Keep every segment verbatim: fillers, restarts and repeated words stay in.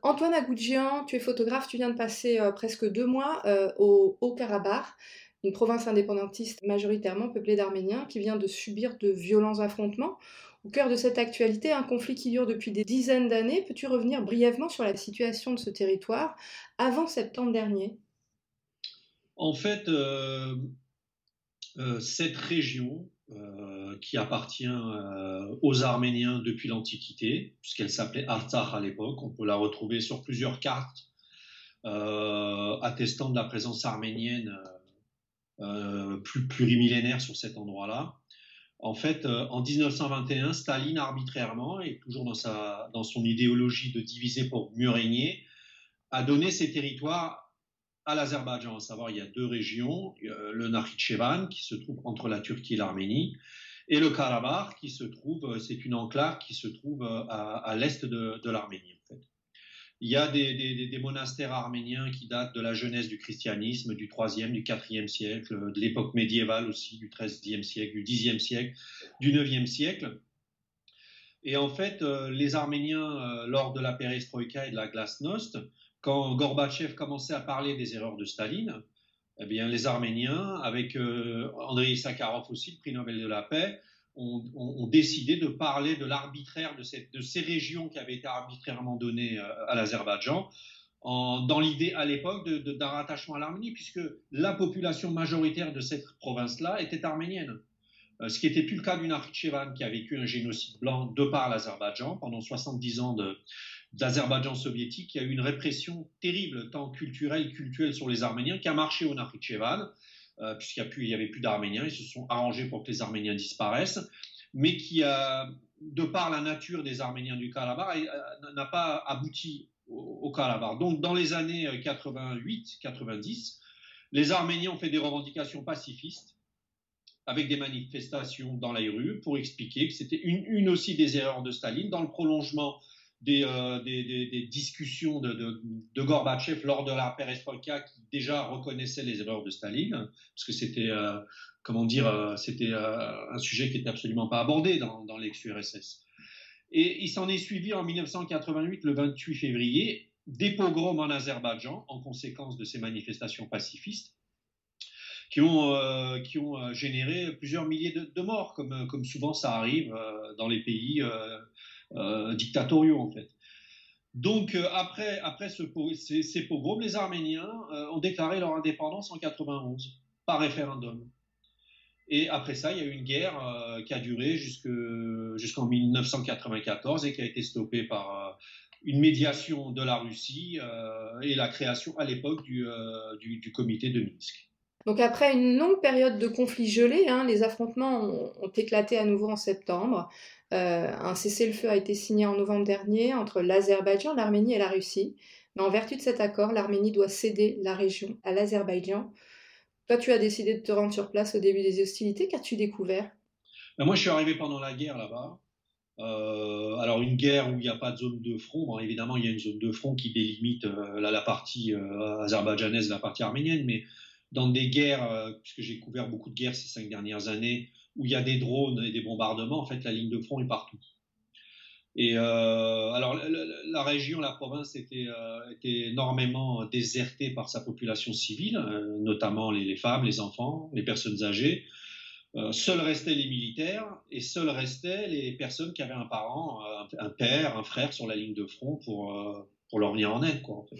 Antoine Agoudzian, tu es photographe, tu viens de passer euh, presque deux mois euh, au Haut-Karabakh, une province indépendantiste majoritairement peuplée d'Arméniens qui vient de subir de violents affrontements. Au cœur de cette actualité, un conflit qui dure depuis des dizaines d'années. Peux-tu revenir brièvement sur la situation de ce territoire avant septembre dernier? En fait, euh, euh, cette région euh, qui appartient euh, aux Arméniens depuis l'Antiquité, puisqu'elle s'appelait Artsakh à l'époque, on peut la retrouver sur plusieurs cartes euh, attestant de la présence arménienne euh, plus plurimillénaire sur cet endroit-là. En fait, euh, en dix-neuf cent vingt et un, Staline arbitrairement, et toujours dans, sa, dans son idéologie de diviser pour mieux régner, a donné ces territoires à l'Azerbaïdjan, à savoir il y a deux régions, le Nakhitchevan qui se trouve entre la Turquie et l'Arménie, et le Karabakh qui se trouve, c'est une enclave qui se trouve à, à l'est de, de l'Arménie. En fait. Il y a des, des, des, monastères arméniens qui datent de la jeunesse du christianisme, du troisième, du quatrième siècle, de l'époque médiévale aussi, du treizième siècle, du dixième siècle, du neuvième siècle. Et en fait, euh, les Arméniens, euh, lors de la perestroïka et de la glasnost, quand Gorbatchev commençait à parler des erreurs de Staline, eh bien, les Arméniens, avec euh, Andrei Sakharov aussi, le prix Nobel de la paix, ont, ont, ont décidé de parler de l'arbitraire de, cette, de ces régions qui avaient été arbitrairement données euh, à l'Azerbaïdjan, dans l'idée à l'époque de, de, d'un rattachement à l'Arménie, puisque la population majoritaire de cette province-là était arménienne. Euh, ce qui n'était plus le cas du Nakhitchevan, qui a vécu un génocide blanc de par l'Azerbaïdjan pendant soixante-dix ans de, d'Azerbaïdjan soviétique. Il y a eu une répression terrible, tant culturelle, culturelle sur les Arméniens, qui a marché au Nakhitchevan, euh, puisqu'il n'y avait plus d'Arméniens. Ils se sont arrangés pour que les Arméniens disparaissent, mais qui, a, de par la nature des Arméniens du Karabakh, n'a pas abouti au, au Karabakh. Donc, dans les années quatre-vingt-huit quatre-vingt-dix, les Arméniens ont fait des revendications pacifistes, avec des manifestations dans les rues pour expliquer que c'était une, une aussi des erreurs de Staline, dans le prolongement des, euh, des, des, des discussions de, de, de Gorbatchev lors de la perestroïka, qui déjà reconnaissait les erreurs de Staline, parce que c'était, euh, comment dire, euh, c'était euh, un sujet qui n'était absolument pas abordé dans, dans l'ex-U R S S. Et il s'en est suivi en mille neuf cent quatre-vingt-huit, le vingt-huit février, des pogroms en Azerbaïdjan, en conséquence de ces manifestations pacifistes, qui ont, euh, qui ont euh, généré plusieurs milliers de, de morts, comme, comme souvent ça arrive euh, dans les pays euh, euh, dictatoriaux, en fait. Donc, euh, après, après ce, ces, ces pogroms, les Arméniens euh, ont déclaré leur indépendance en quatre-vingt-onze, par référendum. Et après ça, il y a eu une guerre euh, qui a duré jusque, jusqu'en mille neuf cent quatre-vingt-quatorze et qui a été stoppée par euh, une médiation de la Russie euh, et la création à l'époque du, euh, du, du comité de Minsk. Donc après une longue période de conflits gelés, hein, les affrontements ont, ont éclaté à nouveau en septembre. Euh, un cessez-le-feu a été signé en novembre dernier entre l'Azerbaïdjan, l'Arménie et la Russie. Mais en vertu de cet accord, l'Arménie doit céder la région à l'Azerbaïdjan. Toi, tu as décidé de te rendre sur place au début des hostilités. Qu'as-tu découvert? Ben moi, je suis arrivé pendant la guerre là-bas. Euh, alors une guerre où il n'y a pas de zone de front, bon, évidemment il y a une zone de front qui délimite euh, la, la partie euh, azerbaïdjanaise, la partie arménienne, mais dans des guerres, euh, puisque j'ai couvert beaucoup de guerres ces cinq dernières années, où il y a des drones et des bombardements, en fait la ligne de front est partout. Et euh, alors la, la, la région, la province était, euh, était énormément désertée par sa population civile, euh, notamment les, les femmes, les enfants, les personnes âgées. Euh, seuls restaient les militaires et seuls restaient les personnes qui avaient un parent, un, un père, un frère sur la ligne de front pour, euh, pour leur venir en aide, quoi, en fait.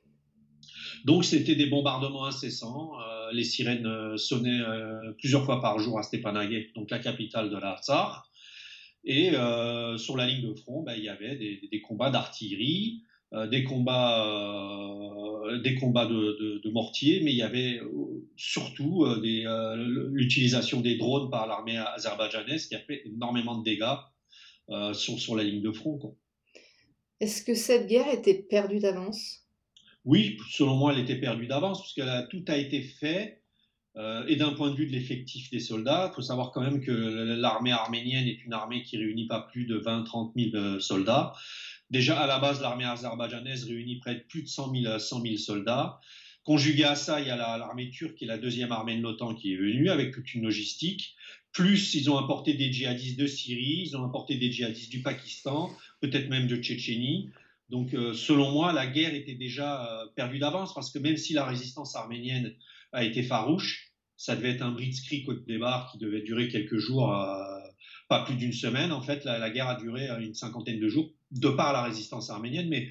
Donc c'était des bombardements incessants. Euh, les sirènes euh, sonnaient euh, plusieurs fois par jour à Stepanakert, donc la capitale de l'Artsakh. Et euh, sur la ligne de front, ben, il y avait des, des combats d'artillerie, euh, des combats, euh, des combats de, de, de mortiers, mais il y avait surtout euh, des, euh, l'utilisation des drones par l'armée azerbaïdjanaise qui a fait énormément de dégâts euh, sur, sur la ligne de front, quoi. Est-ce que cette guerre était perdue d'avance? Oui, selon moi, elle était perdue d'avance, parce que tout a été fait. Euh, et d'un point de vue de l'effectif des soldats, il faut savoir quand même que l'armée arménienne est une armée qui réunit pas plus de vingt à trente mille soldats. Déjà, à la base, l'armée azerbaïdjanaise réunit près de plus de cent mille soldats. Conjugué à ça, il y a l'armée turque, qui est la deuxième armée de l'OTAN, qui est venue avec toute une logistique. Plus, ils ont importé des djihadistes de Syrie, ils ont importé des djihadistes du Pakistan, peut-être même de Tchétchénie. Donc, euh, selon moi, la guerre était déjà euh, perdue d'avance parce que même si la résistance arménienne a été farouche, ça devait être un blitzkrieg au départ qui devait durer quelques jours, euh, pas plus d'une semaine. En fait, la, la guerre a duré une cinquantaine de jours de par la résistance arménienne, mais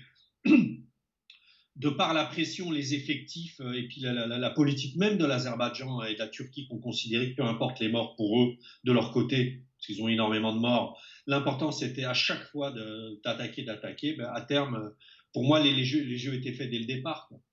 de par la pression, les effectifs euh, et puis la, la, la politique même de l'Azerbaïdjan et de la Turquie qui ont considéré que peu importe les morts pour eux, de leur côté, parce qu'ils ont énormément de morts, l'important c'était à chaque fois d'attaquer, d'attaquer. Ben, à terme, pour moi, les, les, jeux, les jeux étaient faits dès le départ, quoi.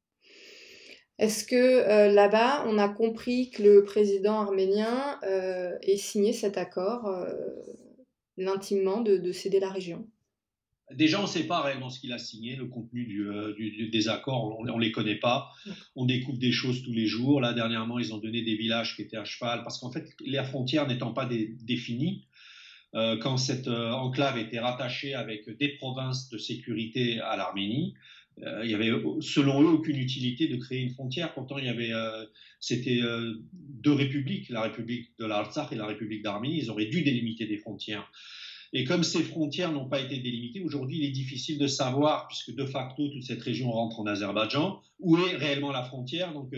Est-ce que euh, là-bas, on a compris que le président arménien euh, ait signé cet accord, euh, l'intimement de, de céder la région? Déjà, on ne sait pas réellement ce qu'il a signé, le contenu du, euh, du, des accords, on ne les connaît pas. On découvre des choses tous les jours. Là, dernièrement, ils ont donné des villages qui étaient à cheval, parce qu'en fait, les frontières n'étant pas dé, définies, euh, quand cette euh, enclave était rattachée avec des provinces de sécurité à l'Arménie, euh, il y avait, selon eux, aucune utilité de créer une frontière. Pourtant, il y avait, euh, c'était euh, deux républiques, la République de l'Artsakh et la République d'Arménie. Ils auraient dû délimiter des frontières. Et comme ces frontières n'ont pas été délimitées, aujourd'hui, il est difficile de savoir, puisque de facto, toute cette région rentre en Azerbaïdjan, où est réellement la frontière. Donc,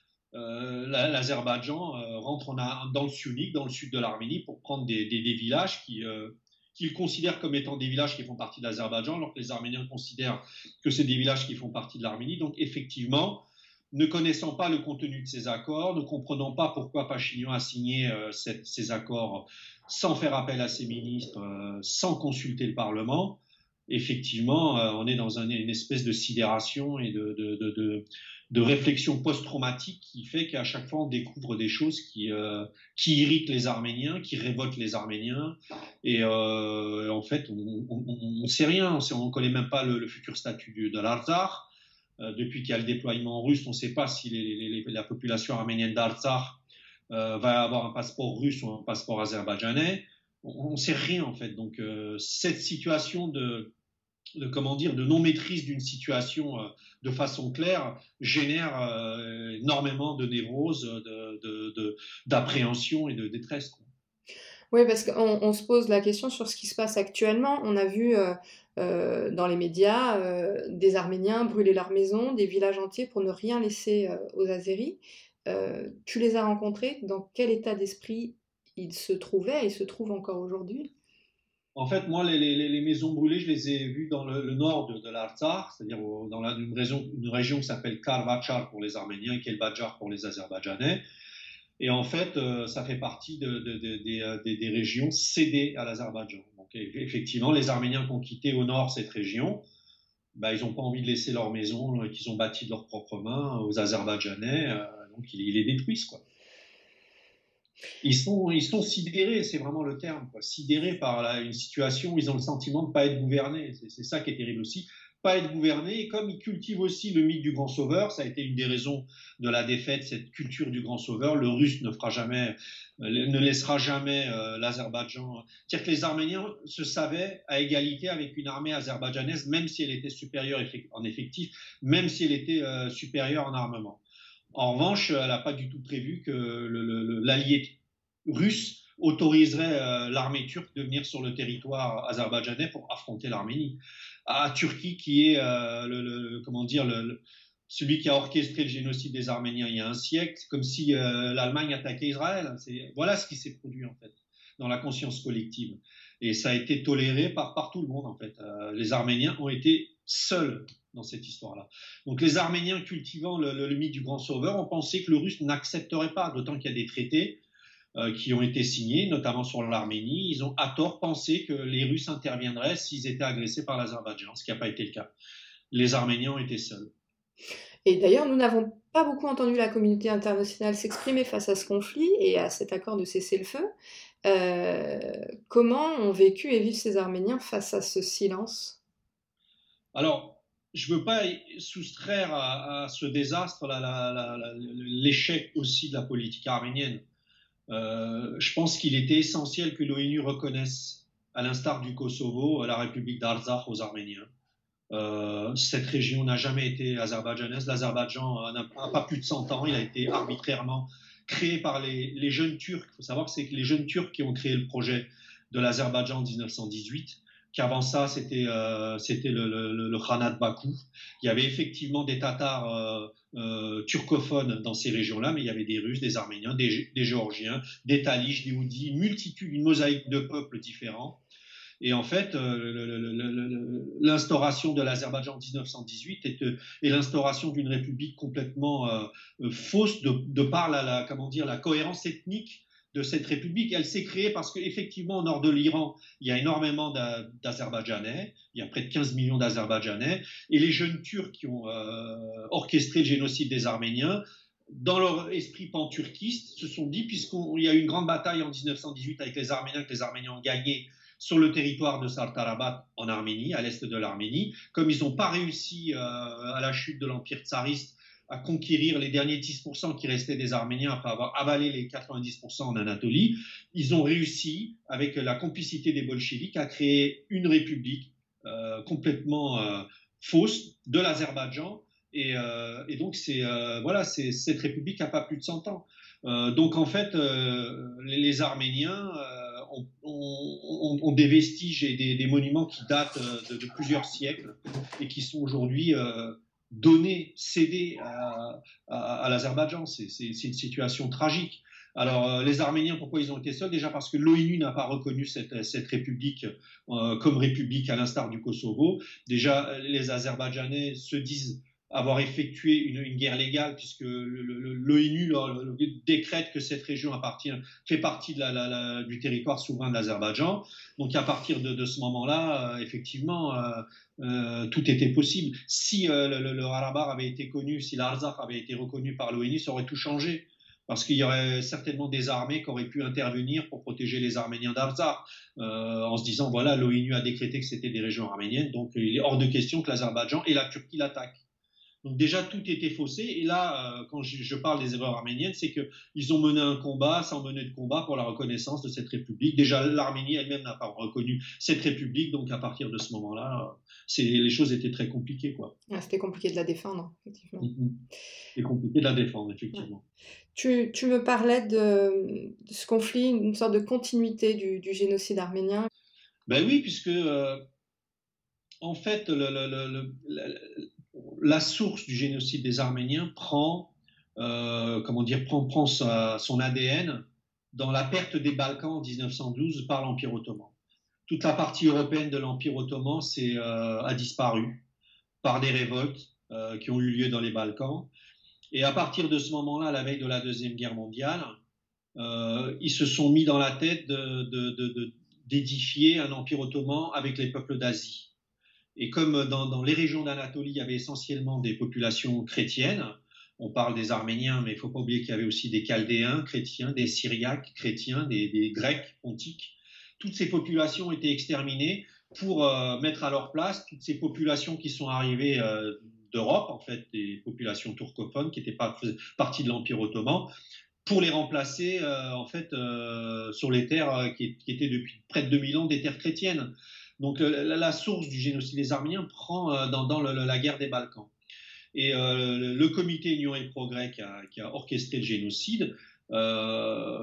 euh, l'Azerbaïdjan euh, rentre en, dans le Syunik, dans le sud de l'Arménie, pour prendre des, des, des villages qui, euh, qu'ils considèrent comme étant des villages qui font partie de l'Azerbaïdjan, alors que les Arméniens considèrent que c'est des villages qui font partie de l'Arménie. Donc, effectivement, ne connaissant pas le contenu de ces accords, ne comprenant pas pourquoi Pachinian a signé euh, cette, ces accords sans faire appel à ses ministres, euh, sans consulter le Parlement, effectivement, euh, on est dans un, une espèce de sidération et de, de, de, de, de réflexion post-traumatique qui fait qu'à chaque fois, on découvre des choses qui, euh, qui irritent les Arméniens, qui révoltent les Arméniens. Et euh, en fait, on ne sait rien, on ne connaît même pas le, le futur statut de, de l'Artsakh. Euh, depuis qu'il y a le déploiement russe, on ne sait pas si les, les, les, la population arménienne d'Artsakh euh, va avoir un passeport russe ou un passeport azerbaïdjanais. On ne sait rien en fait. Donc euh, cette situation de, de comment dire de non-maîtrise d'une situation euh, de façon claire génère euh, énormément de névrose, de, de, de, d'appréhension et de détresse, quoi. Oui, parce qu'on on se pose la question sur ce qui se passe actuellement. On a vu euh, euh, dans les médias euh, des Arméniens brûler leurs maisons, des villages entiers pour ne rien laisser euh, aux Azéris. Euh, tu les as rencontrés, dans quel état d'esprit ils se trouvaient et se trouvent encore aujourd'hui? En fait, moi, les, les, les, maisons brûlées, je les ai vues dans le, le nord de, de l'Artsakh, c'est-à-dire dans la, une, région, une région qui s'appelle Karvachar pour les Arméniens et Kelbadjar pour les Azerbaïdjanais. Et en fait, euh, ça fait partie de, de, de, de, de, des régions cédées à l'Azerbaïdjan. Donc, effectivement, les Arméniens qui ont quitté au nord cette région, bah, ils n'ont pas envie de laisser leur maison euh, qu'ils ont bâtie de leurs propres mains aux Azerbaïdjanais, euh, donc ils, ils les détruisent, quoi. Ils sont, ils sont sidérés, c'est vraiment le terme, quoi. Sidérés par la, une situation où ils ont le sentiment de ne pas être gouvernés. C'est ça qui est terrible aussi. Pas être gouverné, et comme ils cultivent aussi le mythe du grand sauveur, ça a été une des raisons de la défaite, cette culture du grand sauveur. Le russe ne fera jamais, euh, ne laissera jamais euh, l'Azerbaïdjan. C'est-à-dire que les Arméniens se savaient à égalité avec une armée azerbaïdjanaise, même si elle était supérieure en effectif, même si elle était euh, supérieure en armement. En revanche, elle n'a pas du tout prévu que l'allié russe autoriserait euh, l'armée turque de venir sur le territoire azerbaïdjanais pour affronter l'Arménie. À Turquie, qui est euh, le, le, comment dire, le, le, celui qui a orchestré le génocide des Arméniens il y a un siècle, comme si euh, l'Allemagne attaquait Israël. Voilà ce qui s'est produit en fait dans la conscience collective. Et ça a été toléré par, par tout le monde en fait. Euh, les Arméniens ont été seuls dans cette histoire-là. Donc les Arméniens cultivant le, le, le mythe du grand sauveur ont pensé que le russe n'accepterait pas, d'autant qu'il y a des traités euh, qui ont été signés, notamment sur l'Arménie. Ils ont à tort pensé que les Russes interviendraient s'ils étaient agressés par l'Azerbaïdjan, ce qui n'a pas été le cas. Les Arméniens ont été seuls. Et d'ailleurs, nous n'avons pas beaucoup entendu la communauté internationale s'exprimer face à ce conflit et à cet accord de cessez-le-feu. Euh, comment ont vécu et vivent ces Arméniens face à ce silence? Alors, je ne veux pas soustraire à, à ce désastre l'échec aussi de la politique arménienne. Euh, je pense qu'il était essentiel que l'ONU reconnaisse, à l'instar du Kosovo, la République d'Artsakh aux Arméniens. Euh, cette région n'a jamais été azerbaïdjanaise. L'Azerbaïdjan n'a pas plus de cent ans. Il a été arbitrairement créé par les, les jeunes Turcs. Il faut savoir que c'est les jeunes Turcs qui ont créé le projet de l'Azerbaïdjan en mille neuf cent dix-huit, qu'avant ça, c'était euh, c'était le, le, le Khanat Bakou. Il y avait effectivement des Tatars euh, euh, turcophones dans ces régions-là, mais il y avait des Russes, des Arméniens, des, des Géorgiens, des Taliches, des Oudis, une multitude, une mosaïque de peuples différents. Et en fait, euh, l'instauration de l'Azerbaïdjan en dix-neuf cent dix-huit est, est l'instauration d'une république complètement euh, fausse de, de par la, la, comment dire, la cohérence ethnique de cette république. Elle s'est créée parce qu'effectivement, au nord de l'Iran, il y a énormément d'Azerbaïdjanais, il y a près de quinze millions d'Azerbaïdjanais, et les jeunes Turcs qui ont euh, orchestré le génocide des Arméniens, dans leur esprit pan-turquiste, se sont dit, puisqu'il y a eu une grande bataille en dix-neuf cent dix-huit avec les Arméniens, que les Arméniens ont gagné sur le territoire de Sartarabat en Arménie, à l'est de l'Arménie, comme ils n'ont pas réussi euh, à la chute de l'Empire tsariste à conquérir les derniers dix pour cent qui restaient des Arméniens après avoir avalé les quatre-vingt-dix pour cent en Anatolie, ils ont réussi, avec la complicité des bolcheviks, à créer une république euh, complètement euh, fausse de l'Azerbaïdjan. Et, euh, et donc, c'est, euh, voilà, c'est, cette république n'a pas plus de cent ans. Euh, donc, en fait, euh, les, les Arméniens euh, ont, ont, ont des vestiges et des, des monuments qui datent de, de plusieurs siècles et qui sont aujourd'hui euh, donnés, cédés à, à, à l'Azerbaïdjan. C'est, c'est, c'est une situation tragique. Alors, euh, les Arméniens, pourquoi ils ont été seuls? Déjà parce que l'ONU n'a pas reconnu cette, cette république euh, comme république à l'instar du Kosovo. Déjà, les Azerbaïdjanais se disent avoir effectué une, une guerre légale, puisque l'ONU décrète que cette région appartient, fait partie de la, la, la, du territoire souverain de l'Azerbaïdjan. Donc à partir de, de ce moment-là, euh, effectivement, euh, euh, tout était possible. Si euh, le, le Haradach avait été connu, si l'Artsakh avait été reconnu par l'ONU, ça aurait tout changé. Parce qu'il y aurait certainement des armées qui auraient pu intervenir pour protéger les Arméniens d'Artsakh, euh, en se disant, voilà, l'ONU a décrété que c'était des régions arméniennes, donc il est hors de question que l'Azerbaïdjan et la Turquie l'attaquent. Donc déjà, tout était faussé. Et là, euh, quand je, je parle des erreurs arméniennes, c'est qu'ils ont mené un combat sans mener de combat pour la reconnaissance de cette république. Déjà, l'Arménie elle-même n'a pas reconnu cette république. Donc à partir de ce moment-là, c'est, les choses étaient très compliquées, quoi. Ah, c'était compliqué de la défendre, effectivement. Mm-hmm. C'est compliqué de la défendre, effectivement. Ouais. Tu, tu me parlais de, de ce conflit, une sorte de continuité du, du génocide arménien. Ben oui, puisque euh, en fait, le, le, le, le, la source du génocide des Arméniens prend, euh, comment dire, prend, prend sa, son A D N dans la perte des Balkans en dix-neuf cent douze par l'Empire ottoman. Toute la partie européenne de l'Empire ottoman euh, a disparu par des révoltes euh, qui ont eu lieu dans les Balkans. Et à partir de ce moment-là, à la veille de la Deuxième Guerre mondiale, euh, ils se sont mis dans la tête de, de, de, de, d'édifier un empire ottoman avec les peuples d'Asie. Et comme dans, dans les régions d'Anatolie, il y avait essentiellement des populations chrétiennes, on parle des Arméniens, mais il ne faut pas oublier qu'il y avait aussi des Chaldéens chrétiens, des Syriaques chrétiens, des, des Grecs pontiques. Toutes ces populations ont été exterminées pour euh, mettre à leur place toutes ces populations qui sont arrivées euh, d'Europe, en fait, des populations turcophones qui n'étaient pas partie de l'Empire ottoman, pour les remplacer euh, en fait euh, sur les terres euh, qui, qui étaient depuis près de deux mille ans des terres chrétiennes. Donc euh, la, la source du génocide des Arméniens prend euh, dans, dans le, la guerre des Balkans. Et euh, le, le comité Union et Progrès qui a, qui a orchestré le génocide, euh,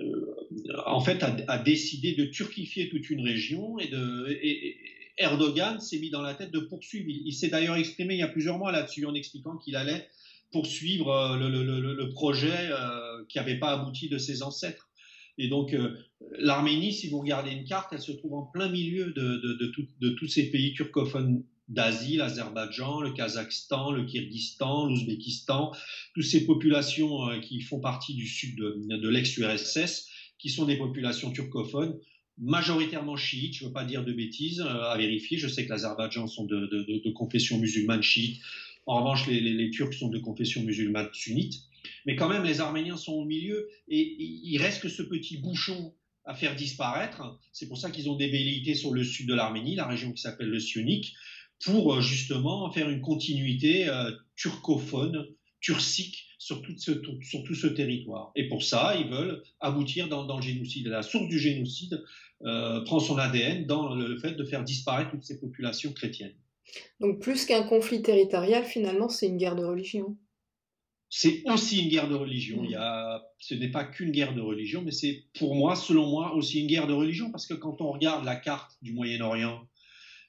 en fait, a, a décidé de turquifier toute une région et, de, et, et Erdogan s'est mis dans la tête de poursuivre. Il, il s'est d'ailleurs exprimé il y a plusieurs mois là-dessus en expliquant qu'il allait poursuivre le, le, le, le projet euh, qui n'avait pas abouti de ses ancêtres. Et donc, euh, l'Arménie, si vous regardez une carte, elle se trouve en plein milieu de, de, de, tout, de tous ces pays turcophones d'Asie, l'Azerbaïdjan, le Kazakhstan, le Kyrgyzstan, l'Ouzbékistan, toutes ces populations euh, qui font partie du sud de, de l'ex-U R S S, qui sont des populations turcophones, majoritairement chiites, je ne veux pas dire de bêtises, euh, à vérifier. Je sais que l'Azerbaïdjan sont de, de, de, de confession musulmane chiite. En revanche, les, les, les Turcs sont de confession musulmane sunnite. Mais quand même, les Arméniens sont au milieu et il reste que ce petit bouchon à faire disparaître. C'est pour ça qu'ils ont des velléités sur le sud de l'Arménie, la région qui s'appelle le Sionik, pour justement faire une continuité euh, turcophone, turcique sur tout, ce, sur tout ce territoire. Et pour ça, ils veulent aboutir dans, dans le génocide. La source du génocide euh, prend son A D N dans le, le fait de faire disparaître toutes ces populations chrétiennes. Donc plus qu'un conflit territorial, finalement, c'est une guerre de religion. C'est aussi une guerre de religion. Il y a, ce n'est pas qu'une guerre de religion, mais c'est pour moi, selon moi, aussi une guerre de religion, parce que quand on regarde la carte du Moyen-Orient,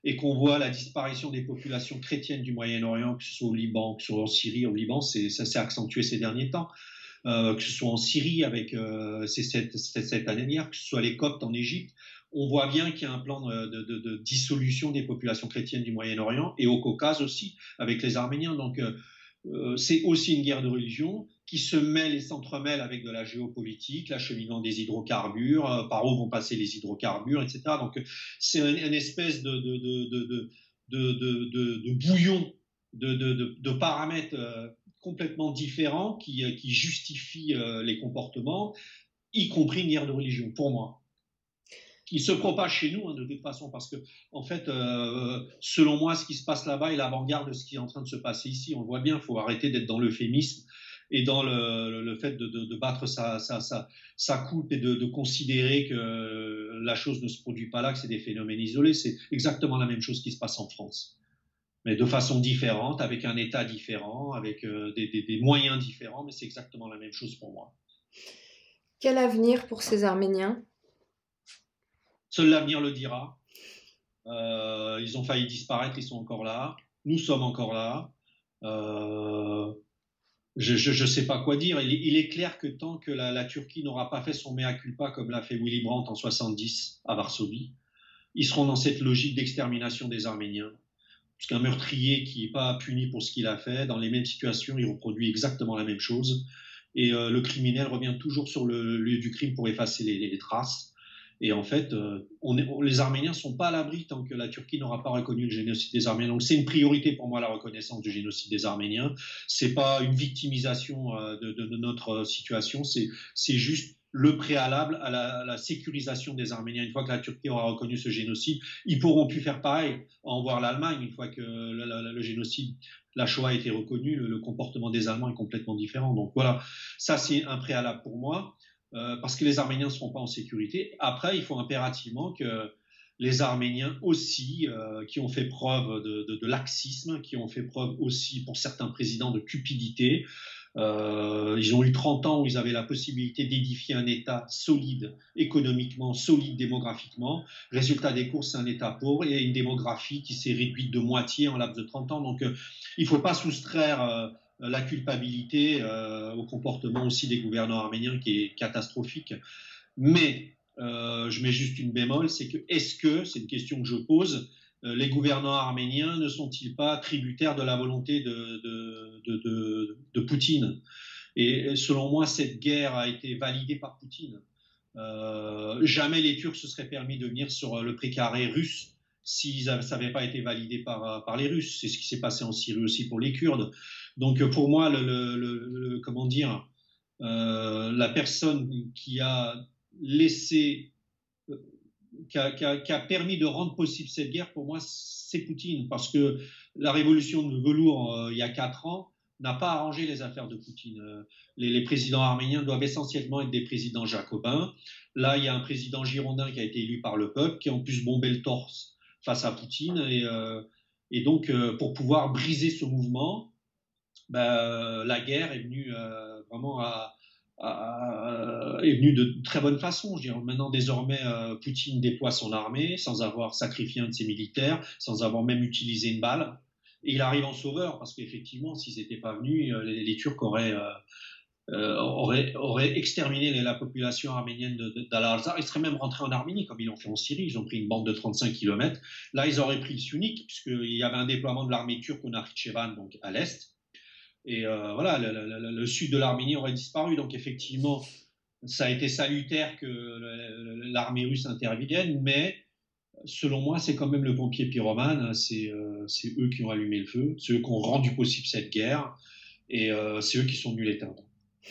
et qu'on voit la disparition des populations chrétiennes du Moyen-Orient, que ce soit au Liban, que ce soit en Syrie. Au Liban, ça s'est accentué ces derniers temps. Euh, que ce soit en Syrie avec euh, cette, cette, cette année dernière, que ce soit les Coptes en Égypte, on voit bien qu'il y a un plan de, de, de dissolution des populations chrétiennes du Moyen-Orient et au Caucase aussi, avec les Arméniens. Donc, euh, c'est aussi une guerre de religion qui se mêle et s'entremêle avec de la géopolitique, l'acheminement des hydrocarbures, euh, par où vont passer les hydrocarbures, et cetera. Donc, c'est une, une espèce de, de, de, de, de, de, de, de bouillon de, de, de, de paramètres euh, complètement différents qui, qui justifient euh, les comportements, y compris une guerre de religion, pour moi. Il se propage chez nous, hein, de toute façon, parce que, en fait, euh, selon moi, ce qui se passe là-bas est l'avant-garde de ce qui est en train de se passer ici. On le voit bien, il faut arrêter d'être dans l'euphémisme et dans le, le fait de, de, de battre sa, sa, sa, sa coupe et de, de considérer que la chose ne se produit pas là, que c'est des phénomènes isolés. C'est exactement la même chose qui se passe en France, mais de façon différente, avec un État différent, avec euh, des, des, des moyens différents, mais c'est exactement la même chose pour moi. Quel avenir pour ces Arméniens ? Seul l'avenir le dira. Euh, ils ont failli disparaître, ils sont encore là. Nous sommes encore là. Euh, je ne sais pas quoi dire. Il, il est clair que tant que la, la Turquie n'aura pas fait son mea culpa comme l'a fait Willy Brandt en soixante-dix à Varsovie, ils seront dans cette logique d'extermination des Arméniens. Puisqu'un meurtrier qui n'est pas puni pour ce qu'il a fait, dans les mêmes situations, il reproduit exactement la même chose. Et euh, le criminel revient toujours sur le lieu du crime pour effacer les, les traces. Et en fait, euh, on est, on, les Arméniens ne sont pas à l'abri tant que la Turquie n'aura pas reconnu le génocide des Arméniens. Donc c'est une priorité pour moi, la reconnaissance du génocide des Arméniens. Ce n'est pas une victimisation euh, de, de, de notre situation, c'est juste le préalable à la, à la sécurisation des Arméniens. Une fois que la Turquie aura reconnu ce génocide, ils pourront plus faire pareil, en voir l'Allemagne. Une fois que le, le, le génocide, la Shoah a été reconnue, le, le comportement des Allemands est complètement différent. Donc voilà, ça c'est un préalable pour moi. Euh, parce que les Arméniens ne seront pas en sécurité. Après, il faut impérativement que les Arméniens aussi, euh, qui ont fait preuve de, de, de laxisme, qui ont fait preuve aussi, pour certains présidents, de cupidité, euh, ils ont eu trente ans où ils avaient la possibilité d'édifier un État solide économiquement, solide démographiquement. Résultat des courses, c'est un État pauvre et une démographie qui s'est réduite de moitié en laps de trente ans. Donc, euh, il ne faut pas soustraire euh, la culpabilité euh, au comportement aussi des gouvernants arméniens qui est catastrophique. Mais euh, je mets juste une bémol, c'est que est-ce que, c'est une question que je pose, euh, les gouvernants arméniens ne sont-ils pas tributaires de la volonté de, de, de, de, de Poutine? Et selon moi, cette guerre a été validée par Poutine. Euh, jamais les Turcs se seraient permis de venir sur le précaré russe si ça n'avait pas été validé par, par les Russes. C'est ce qui s'est passé en Syrie aussi pour les Kurdes. Donc pour moi, le, le, le, le comment dire, euh, la personne qui a laissé, qui a, qui, a, qui a permis de rendre possible cette guerre, pour moi, c'est Poutine. Parce que la révolution de velours, euh, il y a quatre ans, n'a pas arrangé les affaires de Poutine. Euh, les, les présidents arméniens doivent essentiellement être des présidents jacobins. Là, il y a un président girondin qui a été élu par le peuple, qui en plus bombé le torse face à Poutine. Et, euh, et donc, euh, pour pouvoir briser ce mouvement, ben, la guerre est venue euh, vraiment à, à, à, est venue de très bonne façon. Je veux dire, maintenant, désormais, euh, Poutine déploie son armée sans avoir sacrifié un de ses militaires, sans avoir même utilisé une balle. Et il arrive en sauveur, parce qu'effectivement, s'ils n'étaient pas venus, les, les Turcs auraient, euh, euh, auraient, auraient exterminé la population arménienne d'Al-Azhar. Ils seraient même rentrés en Arménie, comme ils l'ont fait en Syrie. Ils ont pris une bande de trente-cinq kilomètres. Là, ils auraient pris le Sunnik, puisqu'il y avait un déploiement de l'armée turque au Nakhitchevan, donc à l'est. Et euh, voilà, le, le, le, le sud de l'Arménie aurait disparu. Donc effectivement, ça a été salutaire que l'armée russe intervienne, mais selon moi, c'est quand même le pompier pyromane. C'est euh, eux qui ont allumé le feu, c'est eux qui ont rendu possible cette guerre, et euh, c'est eux qui sont venus l'éteindre.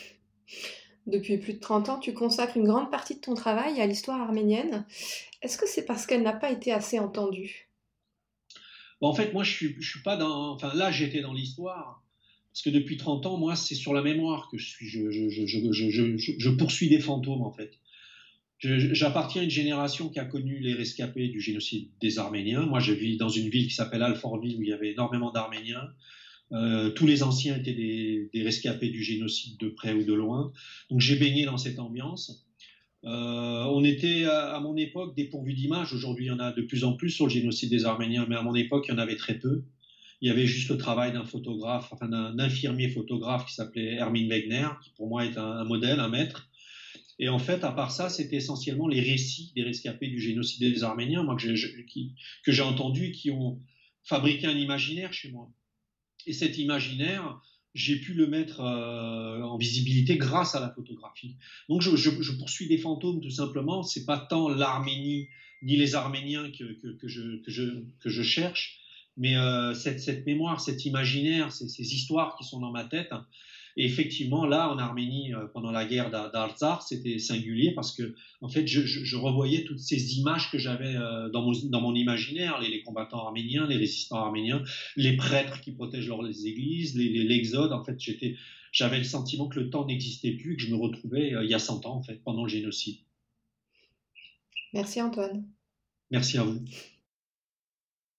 Depuis plus de trente ans, tu consacres une grande partie de ton travail à l'histoire arménienne. Est-ce que c'est parce qu'elle n'a pas été assez entendue ? Bon, en fait, moi, je suis, je suis pas dans... Enfin, là, j'étais dans l'histoire. Parce que depuis trente ans, moi, c'est sur la mémoire que je suis. Je, je, je, je, je, je, je poursuis des fantômes, en fait. J'appartiens à une génération qui a connu les rescapés du génocide des Arméniens. Moi, je vis dans une ville qui s'appelle Alfortville, où il y avait énormément d'Arméniens. Euh, tous les anciens étaient des, des rescapés du génocide de près ou de loin. Donc, j'ai baigné dans cette ambiance. Euh, on était à, à mon époque dépourvu d'images. Aujourd'hui, il y en a de plus en plus sur le génocide des Arméniens, mais à mon époque, il y en avait très peu. Il y avait juste le travail d'un photographe, enfin d'un infirmier photographe qui s'appelait Hermine Wegner, qui pour moi est un, un modèle, un maître. Et en fait, à part ça, c'était essentiellement les récits des rescapés du génocide des Arméniens, moi, que j'ai, qui, que j'ai entendu et qui ont fabriqué un imaginaire chez moi. Et cet imaginaire, j'ai pu le mettre euh, en visibilité grâce à la photographie. Donc je, je, je poursuis des fantômes tout simplement. C'est pas tant l'Arménie ni les Arméniens que, que, que, je, que, je, que je cherche, mais euh, cette, cette mémoire, cet imaginaire, ces, ces histoires qui sont dans ma tête. Et effectivement, là, en Arménie, euh, pendant la guerre d'Artsakh, c'était singulier parce que, en fait, je, je, je revoyais toutes ces images que j'avais euh, dans, mon, dans mon imaginaire, les, les combattants arméniens, les résistants arméniens, les prêtres qui protègent leurs églises, l'exode. Les, en fait, j'étais, j'avais le sentiment que le temps n'existait plus, que je me retrouvais euh, il y a cent ans, en fait, pendant le génocide. Merci Antoine. Merci à vous.